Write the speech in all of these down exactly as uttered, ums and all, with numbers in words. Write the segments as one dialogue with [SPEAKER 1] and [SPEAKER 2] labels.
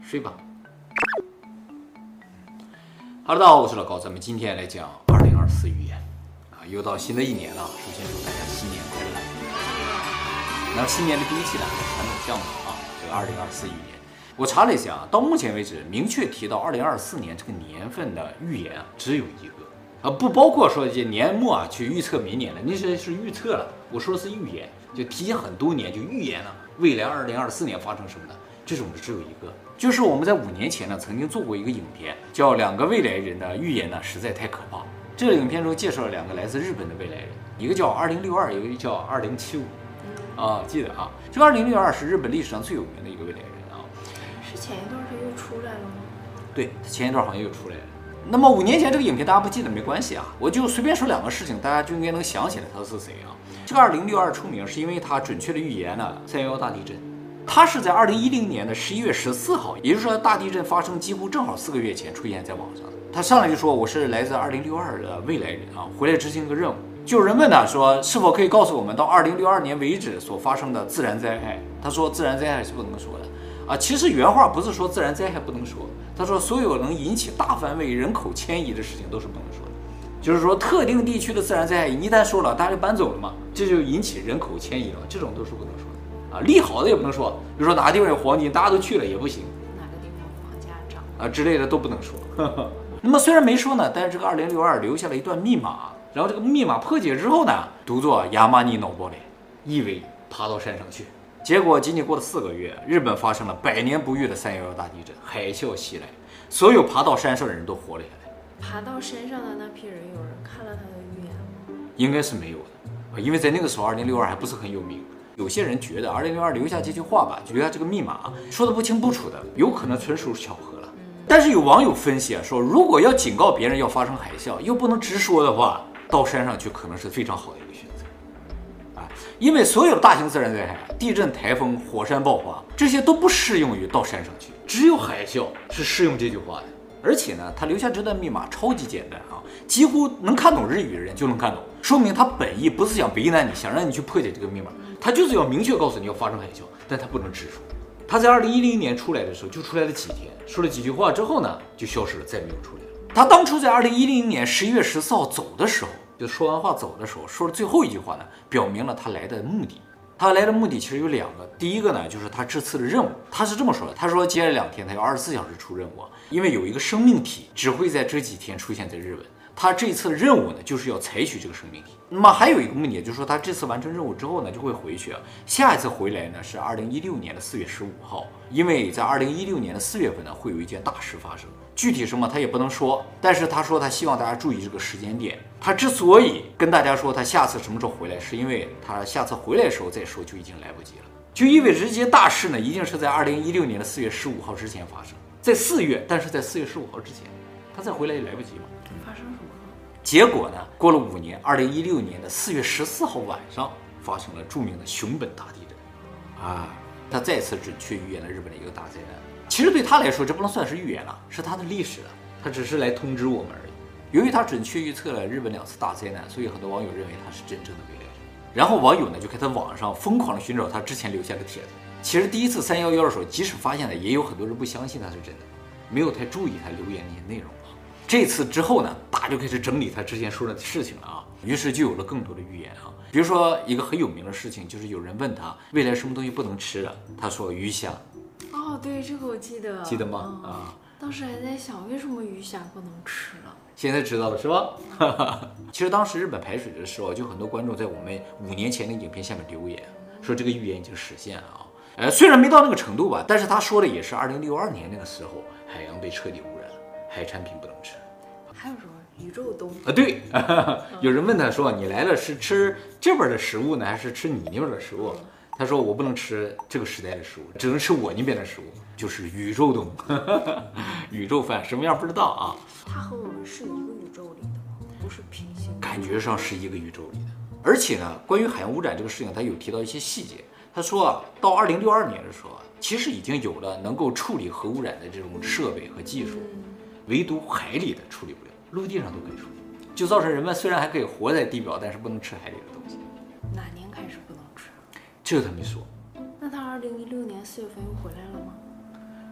[SPEAKER 1] 睡吧。哈喽，大家好，我是老高，咱们今天来讲二零二四预言啊，又到新的一年了，首先祝大家新年快乐。那新年的第一期呢，传统项目啊，这个二零二四预言，我查了一下啊，到目前为止，明确提到二零二四年这个年份的预言啊，只有一个啊，不包括说这年末啊去预测明年的，那些是预测了，我说的是预言，就提前很多年就预言了未来二零二四年发生什么的，这种的只有一个。就是我们在五年前呢，曾经做过一个影片，叫《两个未来人的预言呢实在太可怕》。这个影片中介绍了两个来自日本的未来人，一个叫二零六二，一个叫二零七五。啊，记得啊，这个二零六二是日本历史上最有名的一个未来人啊。
[SPEAKER 2] 是前一段他又出来了吗？
[SPEAKER 1] 对，他前一段好像又出来了。那么五年前这个影片大家不记得没关系啊，我就随便说两个事情，大家就应该能想起来他是谁啊。这个二零六二出名是因为他准确的预言了三幺幺大地震。他是在二零一零年的十一月十四号，也就是说大地震发生几乎正好四个月前出现在网上的。他上来就说我是来自二零六二的未来人啊，回来执行一个任务。就有人问他说是否可以告诉我们到二零六二年为止所发生的自然灾害？他说自然灾害是不能说的啊。其实原话不是说自然灾害不能说，他说所有能引起大范围人口迁移的事情都是不能说的。就是说特定地区的自然灾害一旦说了，大家就搬走了嘛，这就引起人口迁移了，这种都是不能说的。啊，利好的也不能说，比如说哪个地方有黄金，大家都去了也不行。
[SPEAKER 2] 哪个地方房价涨
[SPEAKER 1] 啊之类的都不能说。呵呵那么虽然没说呢，但是这个二零六二留下了一段密码，然后这个密码破解之后呢，读作亚麻尼脑波雷，意为爬到山上去。结果仅仅过了四个月，日本发生了百年不遇的三幺幺大地震，海啸袭来，所有爬到山上的人都活了下来。
[SPEAKER 2] 爬到山上的那批人，有人看了他的预言吗？
[SPEAKER 1] 应该是没有的，因为在那个时候二零六二还不是很有名。有些人觉得二零六二留下这句话吧，就留下这个密码，说的不清不楚的，有可能纯属巧合了。但是有网友分析啊，说如果要警告别人要发生海啸，又不能直说的话，到山上去可能是非常好的一个选择啊，因为所有的大型自然灾害，地震、台风、火山爆发，这些都不适用于到山上去，只有海啸是适用这句话的。而且呢，他留下这段密码超级简单啊，几乎能看懂日语的人就能看懂，说明他本意不是想为难你，想让你去破解这个密码，他就是要明确告诉你要发生海啸，但他不能直说。他在二零一零年出来的时候就出来了几天，说了几句话之后呢，就消失了，再没有出来了。他当初在二零一零年十一月十四号走的时候，就说完话走的时候，说了最后一句话呢，表明了他来的目的。他来的目的其实有两个，第一个呢，就是他这次的任务，他是这么说的，他说接下来两天他要二十四小时出任务，因为有一个生命体只会在这几天出现在日本，他这次的任务呢，就是要采取这个生命体。那么还有一个目的，就是说他这次完成任务之后呢，就会回去，下一次回来呢是二零一六年的四月十五号，因为在二零一六年的四月份呢，会有一件大事发生，具体什么他也不能说，但是他说他希望大家注意这个时间点。他之所以跟大家说他下次什么时候回来，是因为他下次回来的时候再说就已经来不及了，就意味着这件大事呢，一定是在二零一六年的四月十五号之前发生，在四月，但是在四月十五号之前，他再回来也来不及嘛。
[SPEAKER 2] 发生什么了？
[SPEAKER 1] 结果呢，过了五年，二零一六年的四月十四号晚上，发生了著名的熊本大地震，啊，他再次准确预言了日本的一个大灾难。其实对他来说，这不能算是预言了，是他的历史了，他只是来通知我们而已。由于他准确预测了日本两次大灾难，所以很多网友认为他是真正的未来人。然后网友呢就开始网上疯狂的寻找他之前留下的帖子。其实第一次三幺幺的时候，即使发现了，也有很多人不相信他是真的，没有太注意他留言那些内容啊。这次之后呢，大家就开始整理他之前说的事情了啊，于是就有了更多的预言啊。比如说一个很有名的事情，就是有人问他未来什么东西不能吃了，他说鱼虾。
[SPEAKER 2] 哦，对，这个我记得，
[SPEAKER 1] 记得吗？
[SPEAKER 2] 嗯、
[SPEAKER 1] 啊，
[SPEAKER 2] 当时还在想为什么鱼虾不能吃了。
[SPEAKER 1] 现在知道了是吧？其实当时日本排水的时候，就很多观众在我们五年前的影片下面留言，说这个预言已经实现了啊。呃，虽然没到那个程度吧，但是他说的也是二零六二年那个时候，海洋被彻底污染了，海产品不能吃。
[SPEAKER 2] 还有什么宇宙冬
[SPEAKER 1] 啊？对，有人问他说：“你来了是吃这边的食物呢，还是吃你那边的食物？”他说：“我不能吃这个时代的食物，只能吃我那边的食物，就是宇宙冬，宇宙饭，什么样不知道啊。”
[SPEAKER 2] 它和我们是一个宇宙里的吗？不是平行？
[SPEAKER 1] 感觉上是一个宇宙里的。而且呢，关于海洋污染这个事情，他有提到一些细节。他说啊，到二零六二年的时候啊，其实已经有了能够处理核污染的这种设备和技术，唯独海里的处理不了，陆地上都可以处理，就造成人们虽然还可以活在地表，但是不能吃海里的东西。
[SPEAKER 2] 哪年开始不能吃？
[SPEAKER 1] 这个他没说。
[SPEAKER 2] 那他二零一六年四月份又回来了吗？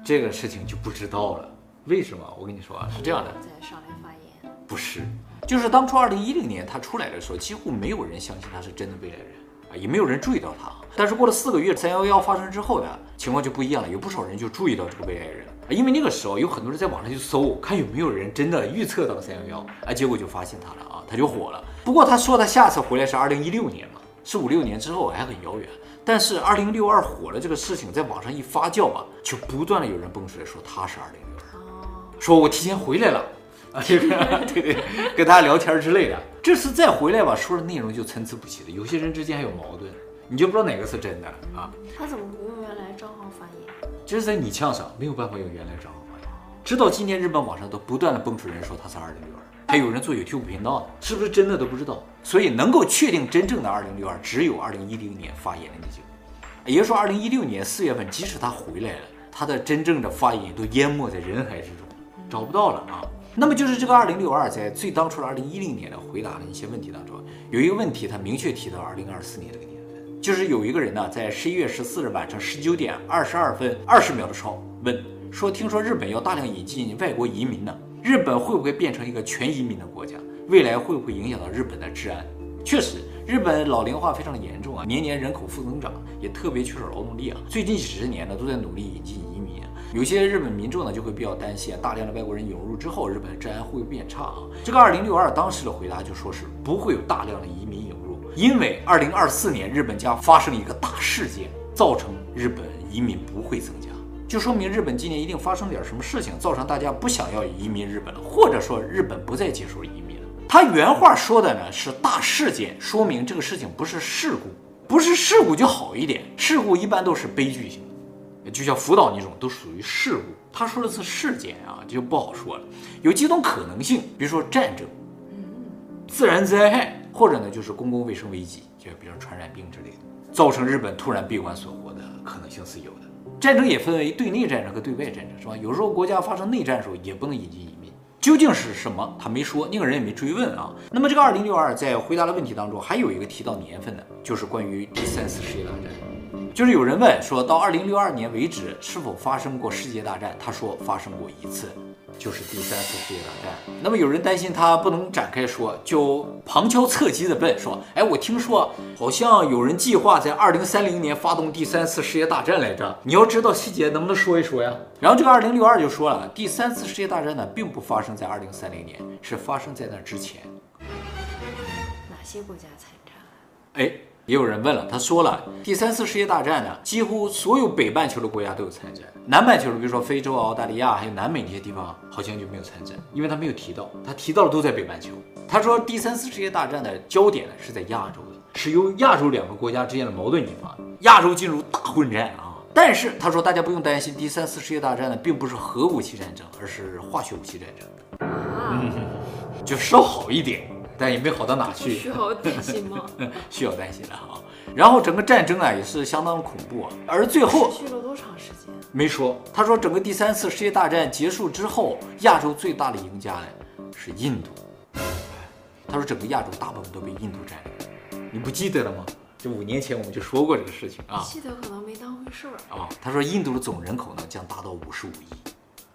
[SPEAKER 1] 这个事情就不知道了。为什么？我跟你说啊，是这样的，
[SPEAKER 2] 在上来发言，
[SPEAKER 1] 不是，就是当初二零一零年他出来的时候，几乎没有人相信他是真的未来人啊，也没有人注意到他。但是过了四个月，三幺幺发生之后呢，情况就不一样了，有不少人就注意到这个未来人了，因为那个时候有很多人在网上去搜，看有没有人真的预测到了三幺幺，啊，结果就发现他了啊，他就火了。不过他说他下次回来是二零一六年嘛，是五六年之后，还很遥远。但是二零六二火了这个事情在网上一发酵吧，就不断的有人蹦出来说他是二零六二，说我提前回来了啊，这个对对，跟大家聊天之类的。这次再回来吧，说的内容就参差不齐的，有些人之间还有矛盾，你就不知道哪个是真的啊。
[SPEAKER 2] 他怎么不用原来账号发言？
[SPEAKER 1] 这是在你呛上，没有办法用原来账号发言。直到今天，日本网上都不断的蹦出人说他是二零六二，还有人做 YouTube 频道呢，是不是真的都不知道。所以能够确定真正的二零六二，只有二零一零年发言的那几个。也就是说，二零一六年四月份，即使他回来了，他的真正的发言都淹没在人海之中，找不到了啊。那么就是这个二零六二在最当初的二零一零年的回答的一些问题当中，有一个问题他明确提到二零二四年这个年份，就是有一个人呢在十一月十四日晚上十九点二十二分二十秒的时候问说，听说日本要大量引进外国移民呢，日本会不会变成一个全移民的国家？未来会不会影响到日本的治安？确实，日本老龄化非常的严重啊，年年人口负增长，也特别缺少劳动力啊。最近几十年呢，都在努力引进移民。有些日本民众呢就会比较担心，大量的外国人涌入之后，日本的治安会不会变差啊？这个二零六二当时的回答就说是不会有大量的移民涌入，因为二零二四年日本将发生一个大事件，造成日本移民不会增加，就说明日本今年一定发生点什么事情，造成大家不想要移民日本了，或者说日本不再接受移民。他原话说的呢是大事件，说明这个事情不是事故，不是事故就好一点，事故一般都是悲剧性的，就像福岛那种都属于事故。他说的是事件啊，就不好说了。有几种可能性，比如说战争、自然灾害，或者呢就是公共卫生危机，就比如传染病之类的，造成日本突然闭关锁国的可能性是有的。战争也分为对内战争和对外战争，是吧？有时候国家发生内战的时候也不能引进移民。究竟是什么？他没说，那个人也没追问啊。那么这个二零六二在回答的问题当中，还有一个提到年份的，就是关于第三次世界大战。就是有人问说到二零六二年为止是否发生过世界大战，他说发生过一次，就是第三次世界大战。那么有人担心他不能展开说，就旁敲侧击的问说，哎，我听说好像有人计划在二零三零年发动第三次世界大战来着，你要知道细节能不能说一说呀？然后这个二零六二就说了，第三次世界大战呢并不发生在二零三零年，是发生在那之前。
[SPEAKER 2] 哪些国家参战？
[SPEAKER 1] 哎，也有人问了，他说了，第三次世界大战呢，几乎所有北半球的国家都有参战，南半球的比如说非洲、澳大利亚还有南美那些地方好像就没有参战，因为他没有提到，他提到的都在北半球。他说第三次世界大战的焦点呢是在亚洲的，是由亚洲两个国家之间的矛盾引发，亚洲进入大混战啊。但是他说大家不用担心，第三次世界大战呢并不是核武器战争，而是化学武器战争，嗯，就稍好一点。但也没好到哪去，
[SPEAKER 2] 需要担心吗？
[SPEAKER 1] 需要担心了哈。然后整个战争啊也是相当恐怖啊，而最后
[SPEAKER 2] 持续了多长时间？没
[SPEAKER 1] 说。他说整个第三次世界大战结束之后，亚洲最大的赢家呢是印度。他说整个亚洲大部分都被印度占领，你不记得了吗？就五年前我们就说过这个事情啊。
[SPEAKER 2] 记得可能没当回事儿
[SPEAKER 1] 啊。他说印度的总人口呢将达到五十五亿。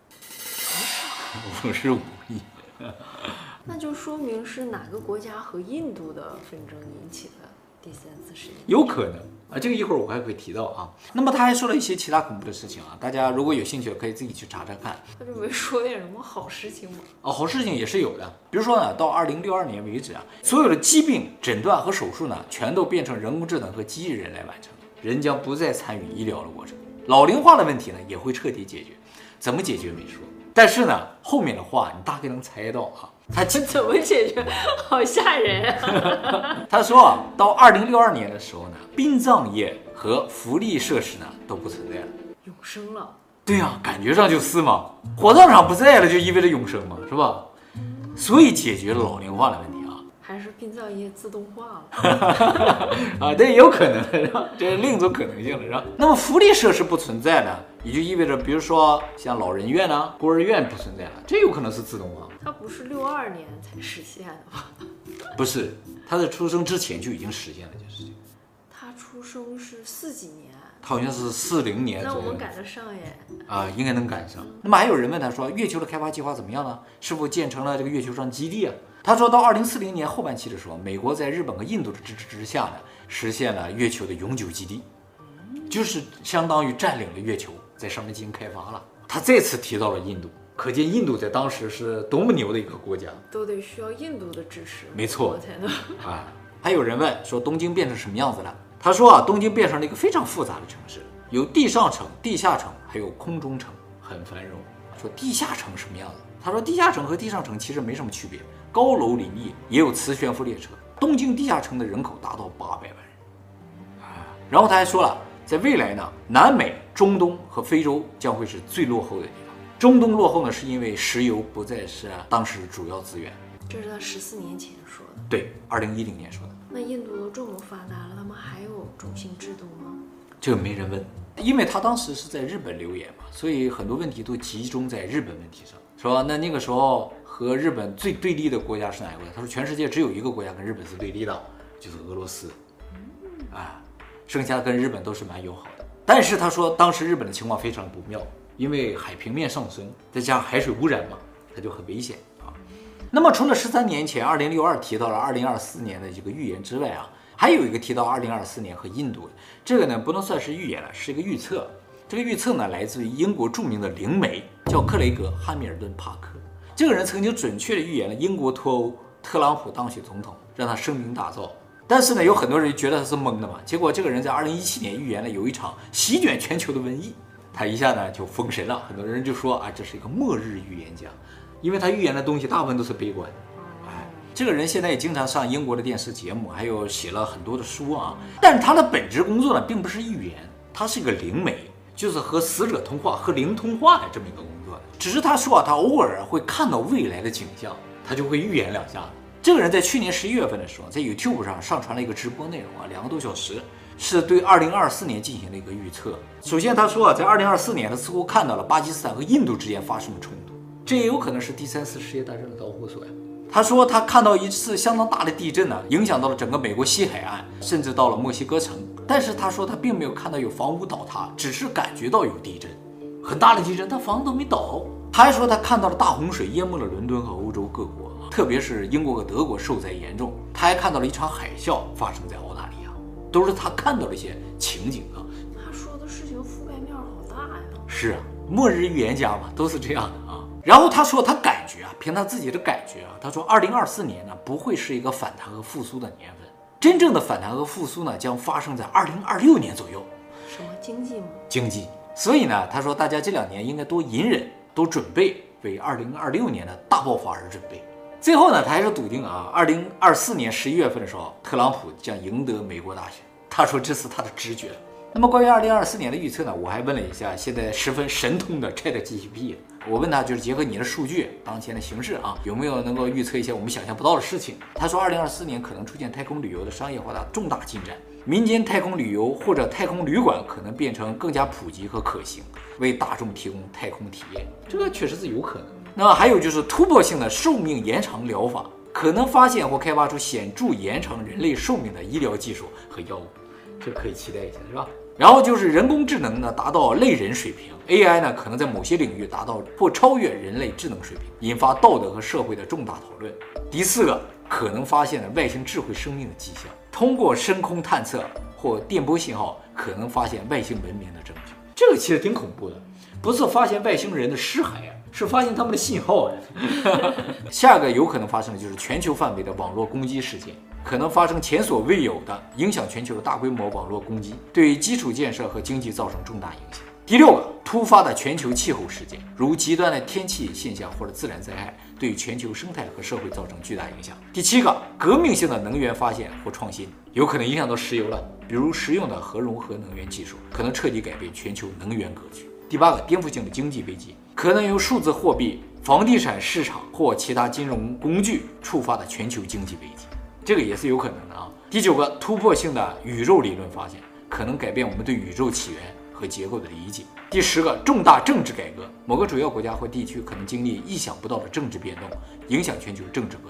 [SPEAKER 1] 五十五亿。
[SPEAKER 2] 那就说明是哪个国家和印度的纷争引起的第三次世界大战？
[SPEAKER 1] 有可能啊，这个一会儿我还会提到啊。那么他还说了一些其他恐怖的事情啊，大家如果有兴趣可以自己去查查看。
[SPEAKER 2] 他就没说点什么好事情吗？
[SPEAKER 1] 哦，好事情也是有的，比如说呢，到二零六二年为止啊，所有的疾病诊断和手术呢，全都变成人工智能和机器人来完成，人将不再参与医疗的过程。老龄化的问题呢，也会彻底解决，怎么解决没说。但是呢，后面的话你大概能猜到啊。他
[SPEAKER 2] 怎么解决？好吓人啊！
[SPEAKER 1] 他说啊，到二零六二年的时候呢，殡葬业和福利设施呢都不存在了，
[SPEAKER 2] 永生了。
[SPEAKER 1] 对呀、啊，感觉上就是嘛，火葬场不在了就意味着永生嘛，是吧？所以解决了老龄化的问题啊。
[SPEAKER 2] 还是殡葬业自动化了
[SPEAKER 1] 啊，这也有可能，这是另一种可能性了，是吧？那么福利设施不存在呢，也就意味着，比如说像老人院啊、孤儿院不存在了，这有可能是自动化。
[SPEAKER 2] 它不是六二年才实现的吗？
[SPEAKER 1] 不是，他在出生之前就已经实现了，就是这个。
[SPEAKER 2] 他出生是四几年？
[SPEAKER 1] 他好像是四零年左右。
[SPEAKER 2] 那我们赶得上耶？
[SPEAKER 1] 啊、呃，应该能赶上。那么还有人问他说，月球的开发计划怎么样呢？是否建成了这个月球上基地啊？他说到二零四零年后半期的时候，美国在日本和印度的支持之下呢，实现了月球的永久基地，就是相当于占领了月球，在上面进行开发了。他再次提到了印度，可见印度在当时是多么牛的一个国家，
[SPEAKER 2] 都得需要印度的支持，
[SPEAKER 1] 没错
[SPEAKER 2] 才能
[SPEAKER 1] 啊。还有人问说东京变成什么样子了？他说啊，东京变成了一个非常复杂的城市，有地上城、地下城，还有空中城，很繁荣。说地下城什么样子？他说地下城和地上城其实没什么区别，高楼林立，也有磁悬浮列车。东京地下城的人口达到八百万人啊。然后他还说了，在未来呢，南美、中东和非洲将会是最落后的地方。中东落后呢，是因为石油不再是当时主要资源。
[SPEAKER 2] 这是他十四年前说的。
[SPEAKER 1] 对，二零一零年说的。
[SPEAKER 2] 那印度都这么发达了，他们还有种姓制度吗？
[SPEAKER 1] 这个没人问，因为他当时是在日本留言嘛，所以很多问题都集中在日本问题上。说那那个时候和日本最对立的国家是哪个国家？他说全世界只有一个国家跟日本是对立的，就是俄罗斯。啊，剩下跟日本都是蛮友好的。但是他说当时日本的情况非常不妙，因为海平面上升，再加上海水污染嘛，它就很危险啊。那么除了十三年前二零六二提到了二零二四年的这个预言之外啊，还有一个提到二零二四年和印度的，这个呢不能算是预言了，是一个预测。这个预测呢来自于英国著名的灵媒，叫克雷格·汉密尔顿·帕克。这个人曾经准确地预言了英国脱欧，特朗普当选总统，让他声名大噪。但是呢，有很多人觉得他是蒙的嘛，结果这个人在二零一七年预言了有一场席卷全球的瘟疫，他一下呢就封神了。很多人就说啊，这是一个末日预言家，因为他预言的东西大部分都是悲观。哎，这个人现在也经常上英国的电视节目，还有写了很多的书啊。但是他的本职工作呢，并不是预言，他是一个灵媒，就是和死者通话、和灵通话的这么一个工作。只是他说啊，他偶尔会看到未来的景象，他就会预言两下。这个人在去年十一月份的时候，在 YouTube 上上传了一个直播内容啊，两个多小时，是对二零二四年进行的一个预测。首先他说啊，在二零二四年他似乎看到了巴基斯坦和印度之间发生的冲突，这也有可能是第三次世界大战的导火索呀。他说他看到一次相当大的地震呢、啊，影响到了整个美国西海岸，甚至到了墨西哥城。但是他说他并没有看到有房屋倒塌，只是感觉到有地震，很大的地震，但房子都没倒。他还说他看到了大洪水淹没了伦敦和欧洲各国，特别是英国和德国受灾严重。他还看到了一场海啸发生在澳大利亚，都是他看到的一些情景啊。
[SPEAKER 2] 他说的事情覆盖面好大呀。
[SPEAKER 1] 是啊，末日预言家嘛，都是这样的啊。然后他说他感觉啊，凭他自己的感觉啊，他说二零二四年呢不会是一个反弹和复苏的年份，真正的反弹和复苏呢将发生在二零二六年左右。
[SPEAKER 2] 什么经济吗？经济。
[SPEAKER 1] 所以呢，他说大家这两年应该多隐忍，都准备为二零二六年的大爆发而准备。最后呢，他还是笃定啊，二零二四年十一月份的时候，特朗普将赢得美国大选。他说这是他的直觉。那么关于二零二四年的预测呢，我还问了一下现在十分神通的 ChatGPT， 我问他就是结合你的数据、当前的形势啊，有没有能够预测一些我们想象不到的事情？他说二零二四年可能出现太空旅游的商业化的重大进展，民间太空旅游或者太空旅馆可能变成更加普及和可行，为大众提供太空体验，这个确实是有可能。那还有就是突破性的寿命延长疗法，可能发现或开发出显著延长人类寿命的医疗技术和药物，这可以期待一下，是吧？然后就是人工智能呢达到类人水平 ，A I 呢可能在某些领域达到或超越人类智能水平，引发道德和社会的重大讨论。第四个，可能发现了外星智慧生命的迹象，通过深空探测或电波信号，可能发现外星文明的证据。这个其实挺恐怖的，不是发现外星人的尸骸啊，是发现他们的信号啊。下个有可能发生的就是全球范围的网络攻击事件。可能发生前所未有的影响全球的大规模网络攻击，对基础建设和经济造成重大影响。第六个，突发的全球气候事件，如极端的天气现象或者自然灾害，对全球生态和社会造成巨大影响。第七个，革命性的能源发现或创新，有可能影响到石油了，比如实用的核融合能源技术，可能彻底改变全球能源格局。第八个，颠覆性的经济危机，可能由数字货币、房地产市场或其他金融工具触发的全球经济危机。这个也是有可能的啊。第九个，突破性的宇宙理论发现，可能改变我们对宇宙起源和结构的理解。第十个，重大政治改革，某个主要国家或地区可能经历意想不到的政治变动，影响全球政治格局。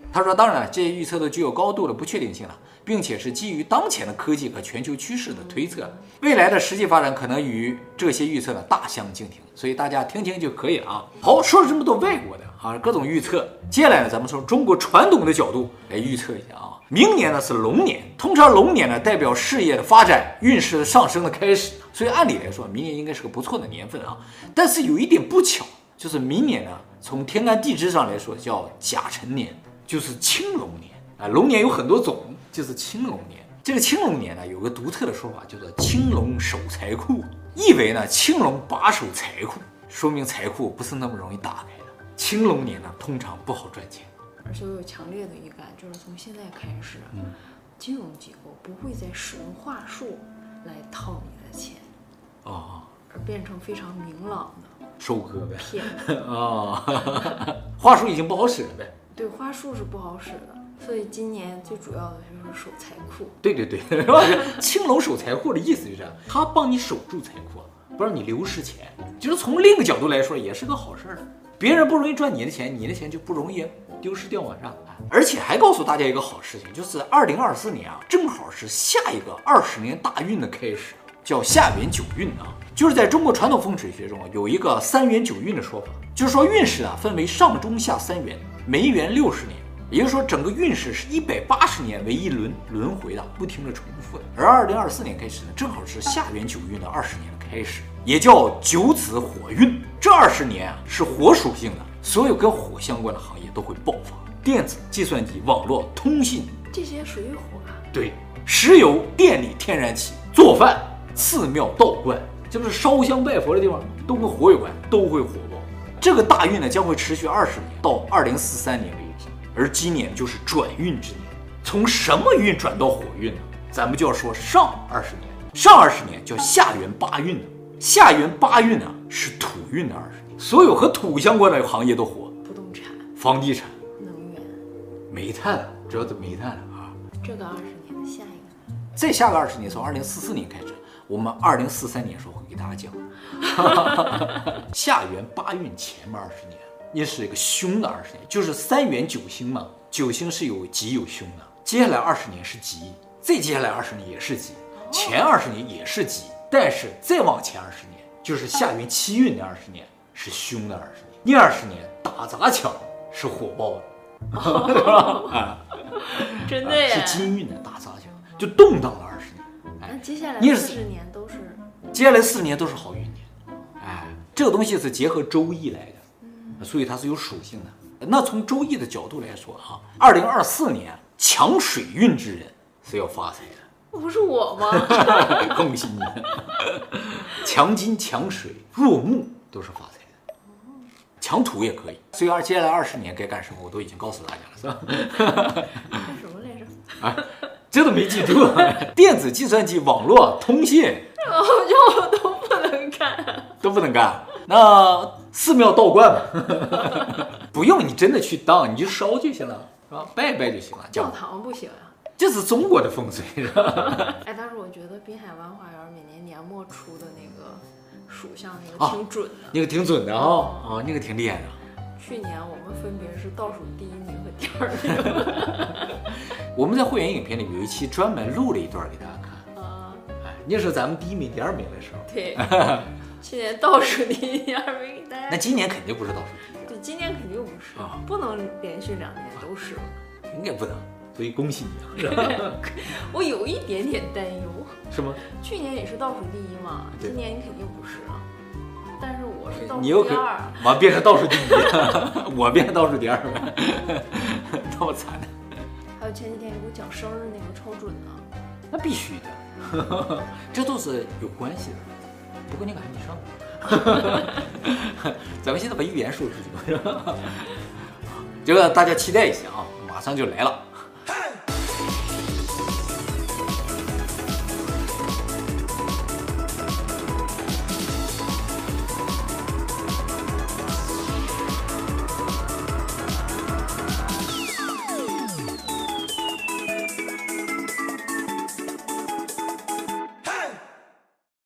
[SPEAKER 1] 他说，当然了，这些预测都具有高度的不确定性了，并且是基于当前的科技和全球趋势的推测，未来的实际发展可能与这些预测呢大相径庭，所以大家听听就可以了啊。好，说了这么多外国的啊各种预测，接下来呢，咱们从中国传统的角度来预测一下啊。明年呢是龙年，通常龙年呢代表事业的发展、运势的上升的开始，所以按理来说，明年应该是个不错的年份啊。但是有一点不巧，就是明年呢，从天干地支上来说叫甲辰年，就是青龙年啊。龙年有很多种，就是青龙年。这个青龙年呢，有个独特的说法，叫做青龙守财库，意为呢青龙把守财库，说明财库不是那么容易打开的。青龙年呢，通常不好赚钱。
[SPEAKER 2] 而且我有强烈的预感，就是从现在开始，嗯、金融机构不会再使用话术来套你的钱，
[SPEAKER 1] 哦，
[SPEAKER 2] 而变成非常明朗的
[SPEAKER 1] 收割呗，
[SPEAKER 2] 骗
[SPEAKER 1] 哦，话术已经不好使了呗。
[SPEAKER 2] 对，话术是不好使的，所以今年最主要的就是守财库。
[SPEAKER 1] 对对对，青龙守财库的意思就是他帮你守住财库，不让你流失钱，就是从另一个角度来说也是个好事儿。别人不容易赚你的钱，你的钱就不容易丢失掉嘛，是吧？而且还告诉大家一个好事情，就是二零二四年啊，正好是下一个二十年大运的开始，叫下元九运啊。就是在中国传统风水学中有一个三元九运的说法，就是说运势啊分为上中下三元，每一元六十年，也就是说整个运势是一百八十年为一轮轮回的，不停的重复的。而二零二四年开始呢，正好是下元九运的二十年的开始，也叫九子火运。这二十年啊是火属性的，所有跟火相关的行业都会爆发，电子、计算机、网络、通信，
[SPEAKER 2] 这些属于火啊。
[SPEAKER 1] 对，石油、电力、天然气、做饭、寺庙、道观，这不是烧香拜佛的地方，都跟火有关，都会火爆。这个大运呢将会持续二十年，到二零四三年为止。而今年就是转运之年，从什么运转到火运呢？咱们就要说上二十年，上二十年叫下元八运呢。下元八运呢是土运的二十年，所有和土相关的行业都火，
[SPEAKER 2] 不动产、
[SPEAKER 1] 房地产、
[SPEAKER 2] 能源、
[SPEAKER 1] 煤炭，主要是煤炭啊。
[SPEAKER 2] 这个二十年的下一个，
[SPEAKER 1] 再下个二十年，从二零四四年开始，我们二零四三年的时候会给大家讲。下元八运前面二十年，也是一个凶的二十年，就是三元九星嘛，九星是有吉有凶的。接下来二十年是吉，再接下来二十年也是吉，前二十年也是吉。但是再往前二十年，就是下元七运的二十年是凶的二十年，那二十年打砸抢是火爆的，哦、对吧？啊，
[SPEAKER 2] 真的耶，
[SPEAKER 1] 啊、是金运的打砸抢，就动荡了二十年。
[SPEAKER 2] 哎，那接下来四十年都是，
[SPEAKER 1] 接下来四十年都是好运年。哎，这个东西是结合周易来的，嗯、所以它是有属性的。那从周易的角度来说哈，二零二四年强水运之人是要发财的。
[SPEAKER 2] 不是我吗？
[SPEAKER 1] 恭喜你！强金、强水、弱木都是发财的，强土也可以。所以，接下来二十年该干什么，我都已经告诉大家了，是吧？
[SPEAKER 2] 干什么来着？
[SPEAKER 1] 啊，这都没记住。电子、计算机、网络、通信，
[SPEAKER 2] 我就都不能干，
[SPEAKER 1] 都不能干。那寺庙道观吧，不用你真的去当，你就烧就行了，是吧？拜拜就行了。
[SPEAKER 2] 教堂不行啊。
[SPEAKER 1] 这是中国的风水，是吧？
[SPEAKER 2] 哎，但是我觉得滨海湾花园每年年末出的那个属相那个挺准的，啊、
[SPEAKER 1] 那个挺准的啊、哦，啊、哦，那个挺厉害的。
[SPEAKER 2] 去年我们分别是倒数第一名和第二名。
[SPEAKER 1] 我们在会员影片里有一期专门录了一段给大家看。啊，哎，那是咱们第一名、第二名的时候。
[SPEAKER 2] 对，去年倒数第一、第二名给大家。
[SPEAKER 1] 那今年肯定不是倒数第一。
[SPEAKER 2] 对，今年肯定不是，啊、不能连续两年都是。
[SPEAKER 1] 应该不能。所以恭喜你啊！
[SPEAKER 2] 我有一点点担忧，
[SPEAKER 1] 是吗？
[SPEAKER 2] 去年也是倒数第一嘛，今年你肯定不是了。但是我是倒数
[SPEAKER 1] 第二，
[SPEAKER 2] 你有可
[SPEAKER 1] 我变成倒数第一，我变成倒数第二了，那么惨。
[SPEAKER 2] 还有前几天你给我讲生日那个超准的，
[SPEAKER 1] 那必须的，这都是有关系的。不过你赶紧上，咱们现在把预言说出去吧，这个大家期待一下啊！马上就来了。